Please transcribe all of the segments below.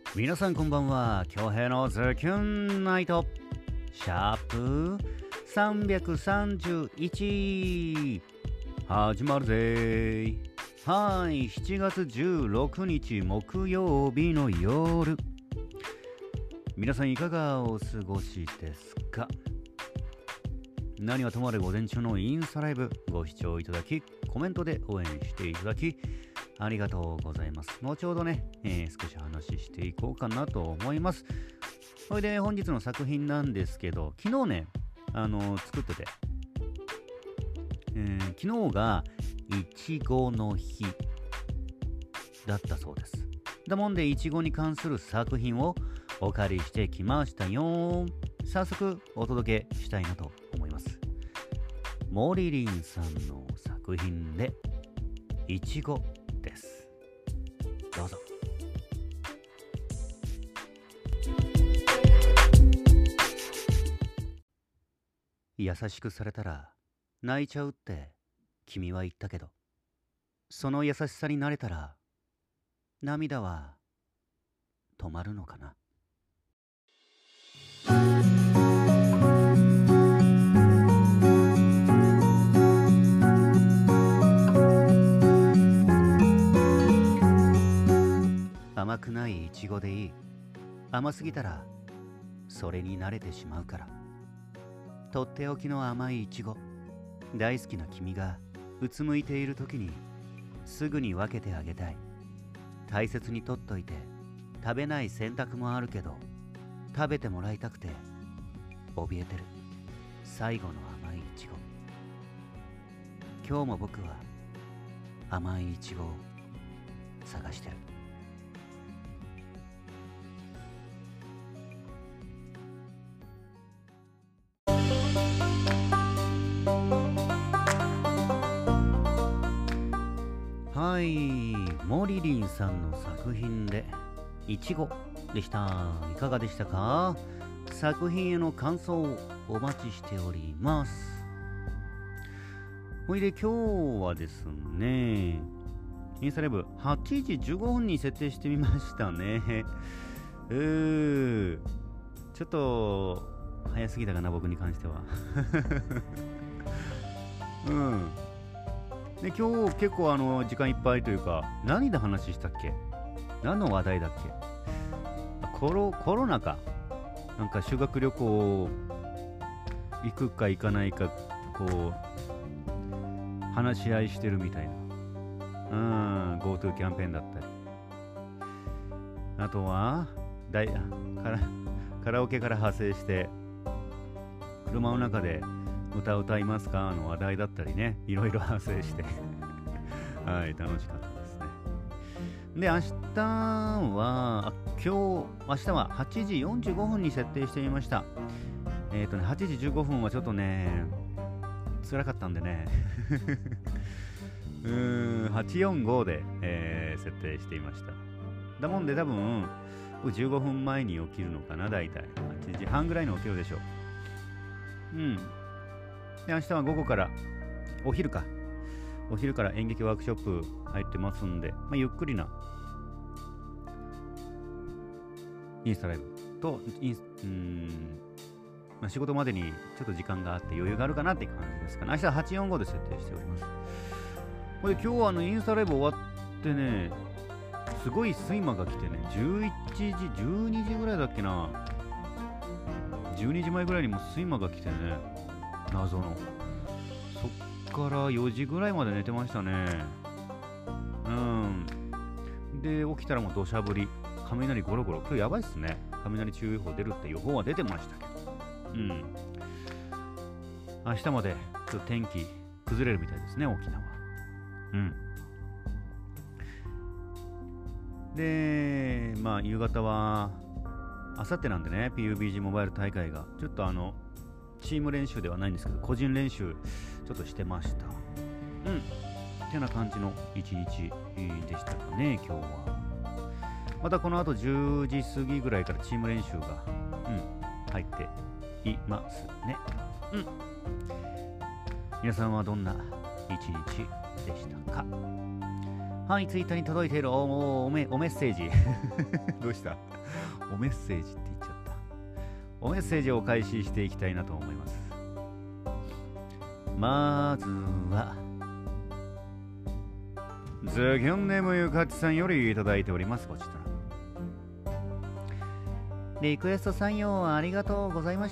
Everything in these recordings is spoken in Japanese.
皆さんこんばんは。恭平のズキュンナイトシャープ331始まるぜ。はい、7月16日木曜日の夜、皆さんいかがお過ごしですか？何はともあれ午前中のインスタライブご視聴いただき、コメントで応援していただきありがとうございます。後ほどね、少し話していこうかなと思います。それで本日の作品なんですけど、昨日ね、作ってて、昨日がいちごの日だったそうです。だもんでいちごに関する作品をお借りしてきましたよ。早速お届けしたいなと思います。モリリンさんの作品でいちごです。どうぞ。優しくされたら泣いちゃうって君は言ったけど、その優しさに慣れたら涙は止まるのかな。甘くないイチゴでいい。甘すぎたらそれに慣れてしまうから。とっておきの甘いイチゴ、大好きな君がうつむいている時にすぐに分けてあげたい。大切に取っといて食べない選択もあるけど、食べてもらいたくて怯えてる最後の甘いイチゴ。今日も僕は甘いイチゴを探してる。はい、モリリンさんの作品でいちごでした。いかがでしたか？作品への感想をお待ちしております。ほいで今日はですね、インスタライブ8時15分に設定してみましたね。ちょっと早すぎたかな、僕に関しては。で今日結構時間いっぱいというか、何で話したっけ？何の話題だっけ？コロナか。なんか修学旅行行くか行かないかこう話し合いしてるみたいな。GoTo キャンペーンだったり、あとはカラオケから派生して車の中で歌いますかの話題だったりね、いろいろ派生してはい、楽しかったですね。で、明日は8時45分に設定してみました。8時15分はちょっとね、辛かったんでね845で、設定していました。だもんで多分15分前に起きるのかな、だいたい8時半ぐらいに起きるでしょう。で、明日は午後からお昼から演劇ワークショップ入ってますんで、ゆっくりなインスタライブと仕事までにちょっと時間があって余裕があるかなって感じですかね。明日は845で設定しております。これ今日はインスタライブ終わってね、すごい睡魔が来てね、11時12時ぐらいだっけな、12時前ぐらいにも睡魔が来てね、謎のそっから4時ぐらいまで寝てましたね。で起きたらもう土砂降り、雷ゴロゴロ。今日やばいっすね。雷注意報出るって予報は出てましたけど、明日までちょっと天気崩れるみたいですね、沖縄。で夕方はあさってなんでね、 PUBG モバイル大会がちょっとチーム練習ではないんですけど、個人練習ちょっとしてました。ってな感じの一日でしたかね、今日は。またこの後10時過ぎぐらいからチーム練習が、入っていますね。皆さんはどんな一日でしたか？ はい、ツイッターに届いているおメッセージ。どうした？おメッセージって言っちゃった。おメッセージを開始していきたいなと思います。まずは、ズキョンネームゆかちさんよりいただいております。こちら。リクエスト採用ありがとうございました。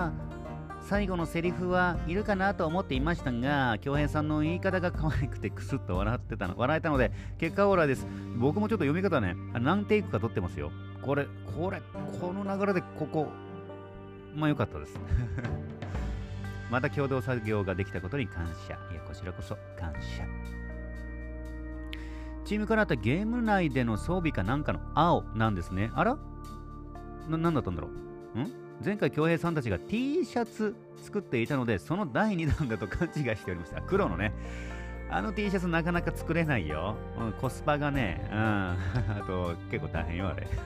最後のセリフはいるかなと思っていましたが、京平さんの言い方が可愛くてクスッと笑えたので、結果オーライです。僕もちょっと読み方ね、何テイクか取ってますよ。この流れでまあ良かったです。また共同作業ができたことに感謝。いや、こちらこそ感謝。チームからあったゲーム内での装備かなんかの青なんですね。あら？なんだったんだろう？前回京平さんたちが T シャツ作っていたので、その第2弾だと勘違いしておりました。黒のね。あの T シャツなかなか作れないよ。コスパがね、あと結構大変よ、あれ。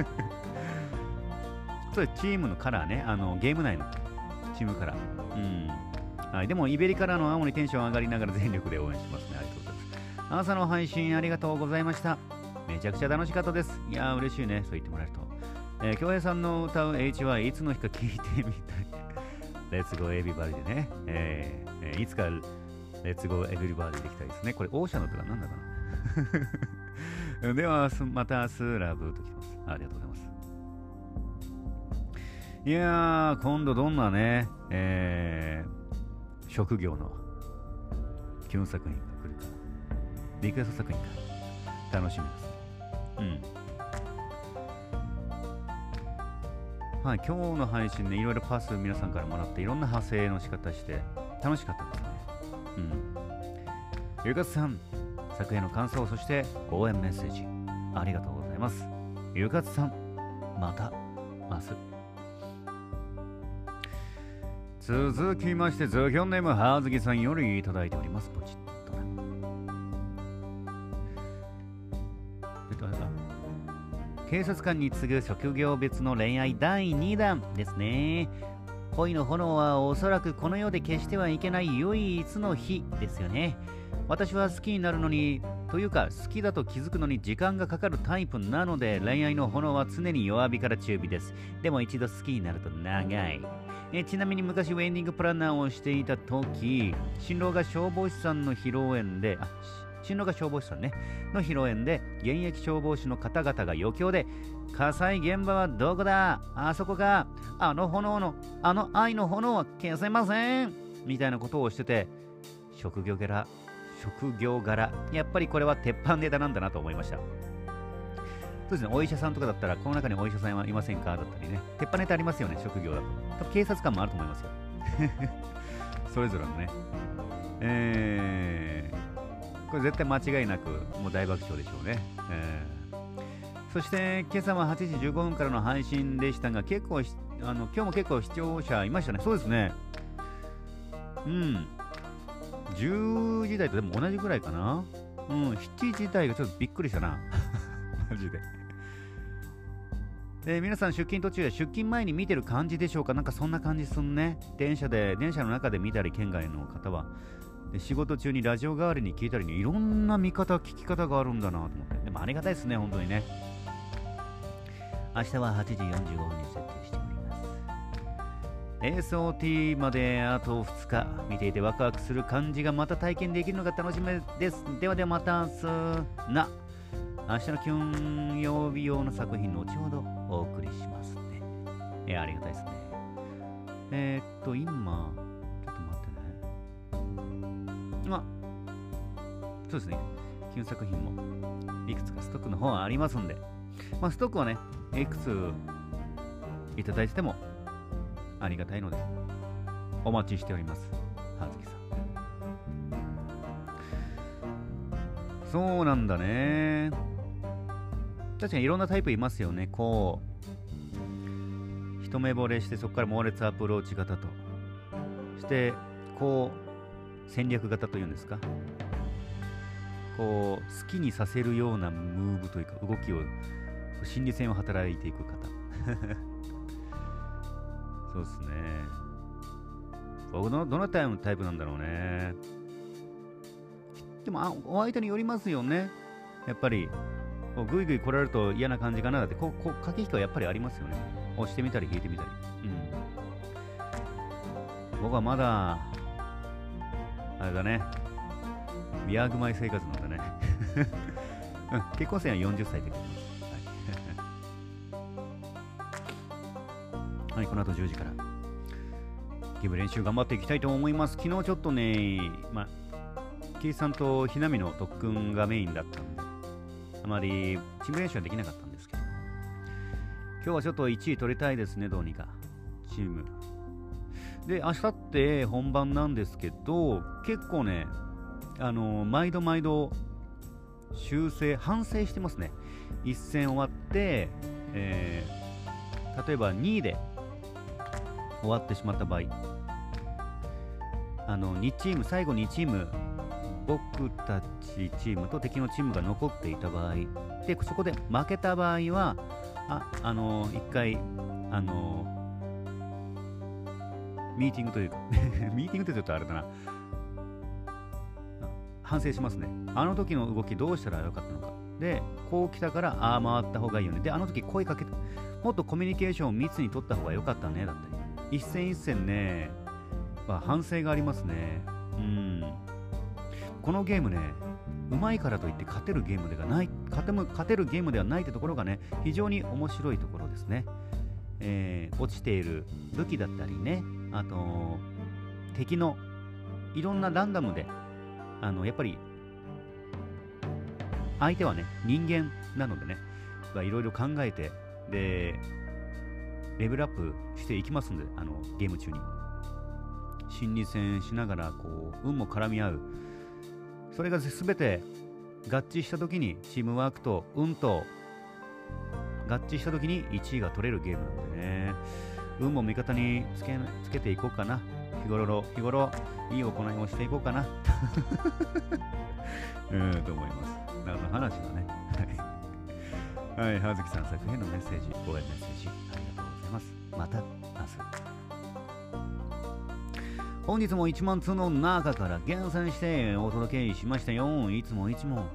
それチームのカラーね。ゲーム内のチームカラー。はい、でもイベリカラーの青にテンション上がりながら全力で応援しますね。ありがとうございます。朝の配信ありがとうございました。めちゃくちゃ楽しかったです。いやー、嬉しいね。そう言ってもらえると。京平さんの歌う HY いつの日か聞いてみたい。Let's Go Everybody でね。いつか Let's Go Everybody できたいですね。これ、オーシャンの歌がなんだかな。では、また明日ラブときます。ありがとうございます。いやー、今度どんなね、職業のキュン作品が来るか。リクエスト作品か。楽しみです。はい、今日の配信でいろいろパス皆さんからもらっていろんな派生の仕方して楽しかったですね。ゆかつさん、作品の感想、そして応援メッセージありがとうございます。ゆかつさん、また明日。続きまして、ズキョンネームはずきさんよりいただいております。ポチッと警察官に次ぐ職業別の恋愛第2弾ですね。恋の炎はおそらくこの世で消してはいけない唯一の火ですよね。私は好きになるのに、というか好きだと気づくのに時間がかかるタイプなので、恋愛の炎は常に弱火から中火です。でも一度好きになると長い。ちなみに昔ウェディングプランナーをしていた時、新郎が消防士さんの披露宴で、新郎が消防士さんねの披露宴で、現役消防士の方々が余興で、火災現場はどこだ、あそこか、あの愛の炎は消せませんみたいなことをしてて、職業柄やっぱりこれは鉄板ネタなんだなと思いました。そうですね、お医者さんとかだったら、この中にお医者さんはいませんかだったりね、鉄板ネタありますよね、職業だと。多分警察官もあると思いますよ。それぞれのね。これ絶対間違いなくもう大爆笑でしょうね。そして今朝は8時15分からの配信でしたが、今日も結構視聴者いましたね。そうですね。10時台とでも同じぐらいかな。7時台がちょっとびっくりしたな。マジで。皆さん出勤途中や出勤前に見てる感じでしょうか。なんかそんな感じすんね。電車の中で見たり、県外の方は。仕事中にラジオ代わりに聞いたりに、いろんな聞き方があるんだなと思って。でもありがたいですね、本当にね。明日は8時45分に設定しております。SOT まであと2日、見ていてワクワクする感じがまた体験できるのが楽しみです。ではまた明日明日の金曜日用の作品、後ほどお送りしますね。ありがたいですね。今、ちょっと待ってね。そうですね。旧作品もいくつかストックの方はありますんで、ストックはね、いくついただいてもありがたいので、お待ちしております。はずきさん。そうなんだね。確かにいろんなタイプいますよね。こう、一目惚れしてそこから猛烈アプローチ型として、こう、戦略型というんですか。こう好きにさせるようなムーブというか動きを、心理戦を働いていく方。そうですね。僕のどのタイプなんだろうね。でもお相手によりますよね。 やっぱり、ぐいぐい来られると嫌な感じかなだって、駆け引きはやっぱりありますよね。押してみたり引いてみたり。僕はまだ、あれだね、ヤーグマイ生活なんだね。結婚生は40歳で結婚します。はい、この後10時から、ゲーム練習頑張っていきたいと思います。昨日ちょっとね、キーさんとひなみの特訓がメインだったんで、あまりチーム練習はできなかったんですけど、今日はちょっと1位取りたいですね、どうにか。チーム。で、明後日本番なんですけど、結構ね、毎度反省してますね。一戦終わって、例えば2位で終わってしまった場合、2チーム、最後2チーム、僕たちチームと敵のチームが残っていた場合、で、そこで負けた場合は、一回、ミーティングというか、ミーティングって言うとあれだな、反省しますね。あの時の動きどうしたらよかったのか。で、こう来たから、回った方がいいよね。で、あの時声かけて、もっとコミュニケーションを密に取った方がよかったね、だったり。一戦一戦ね、反省がありますね。このゲームね、うまいからといって勝てるゲームではない、勝てるゲームではないってところがね、非常に面白いところですね。落ちている武器だったりね、あと敵のいろんなランダムでやっぱり相手はね人間なのでね、いろいろ考えてでレベルアップしていきますんで、ゲーム中に心理戦しながらこう運も絡み合う、それが全て合致した時にチームワークと運と合致した時に1位が取れるゲームなんでね、運も味方につけていこうかな。日頃いい行いをしていこうかなと思います。何の話だね。はい、葉月さん作品のメッセージ、応援メッセージありがとうございます。また明日。本日も1万通の中から厳選してお届けしましたよ。いつもいつも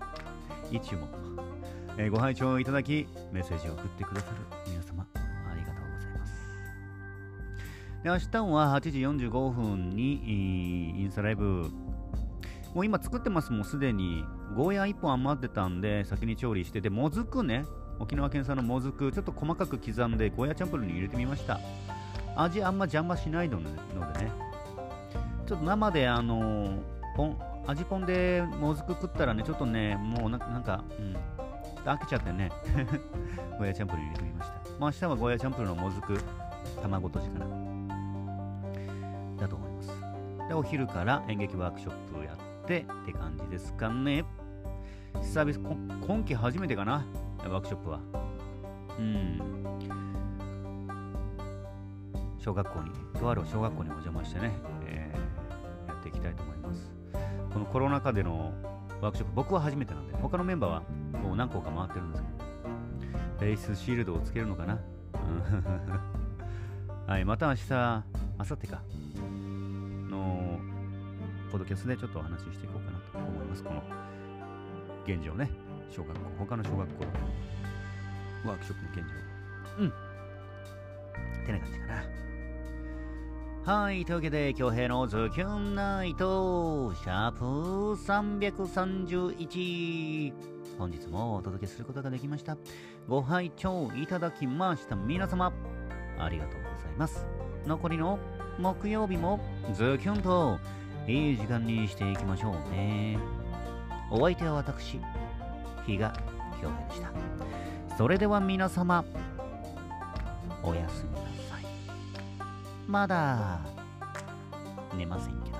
ご拝聴いただきメッセージを送ってくださる皆様ありがとうございます。で、明日は8時45分にインスタライブ、もう今作ってます。もうすでにゴーヤ1本余ってたんで先に調理して、でもずくね、沖縄県産のもずくちょっと細かく刻んでゴーヤチャンプルーに入れてみました。味あんま邪魔しないのでね、ちょっと生で味ポンでもずく食ったらね、ちょっとねもうなんかちょっと飽きちゃってねゴーヤチャンプルー入れてみました。明日はゴーヤチャンプルーのもずく卵とじかなだと思います。で、お昼から演劇ワークショップをやってって感じですかね。サービス今期初めてかな、ワークショップは。とある小学校にお邪魔してね、やっていきたいと思います。このコロナ禍でのワークショップ、僕は初めてなんで、他のメンバーはもう何個か回ってるんですけど、フェイスシールドをつけるのかな。はい、また明日、明後日かのポッドキャストでちょっとお話ししていこうかなと思います。この現状ね、他の小学校のワークショップの現状。ってな感じかな。はい、というわけで、京平のズキュンナイト、シャープ331。本日もお届けすることができました。ご拝聴いただきました皆様、ありがとうございます。残りの木曜日もズキュンといい時間にしていきましょうね。お相手は私、比嘉京平でした。それでは皆様、おやすみなさい。まだ寝ませんけど。